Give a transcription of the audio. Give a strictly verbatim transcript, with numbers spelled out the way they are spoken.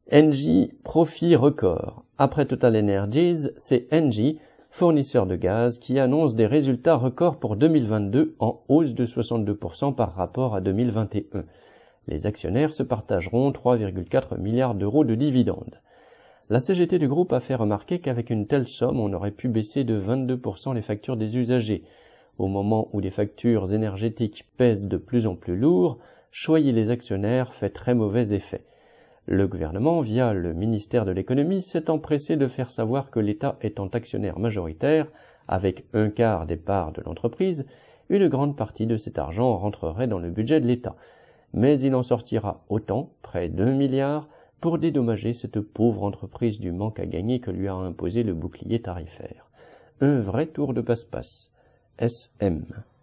Engie, profit record. Après Total Energies, c'est Engie, fournisseur de gaz, qui annonce des résultats records pour deux mille vingt-deux en hausse de soixante-deux pour cent par rapport à deux mille vingt et un. Les actionnaires se partageront trois virgule quatre milliards d'euros de dividendes. La C G T du groupe a fait remarquer qu'avec une telle somme, on aurait pu baisser de vingt-deux pour cent les factures des usagers. Au moment où les factures énergétiques pèsent de plus en plus lourd, choyer les actionnaires fait très mauvais effet. Le gouvernement, via le ministère de l'économie, s'est empressé de faire savoir que l'État étant actionnaire majoritaire, avec un quart des parts de l'entreprise, une grande partie de cet argent rentrerait dans le budget de l'État. Mais il en sortira autant, près d'un milliard, pour dédommager cette pauvre entreprise du manque à gagner que lui a imposé le bouclier tarifaire. Un vrai tour de passe-passe. S M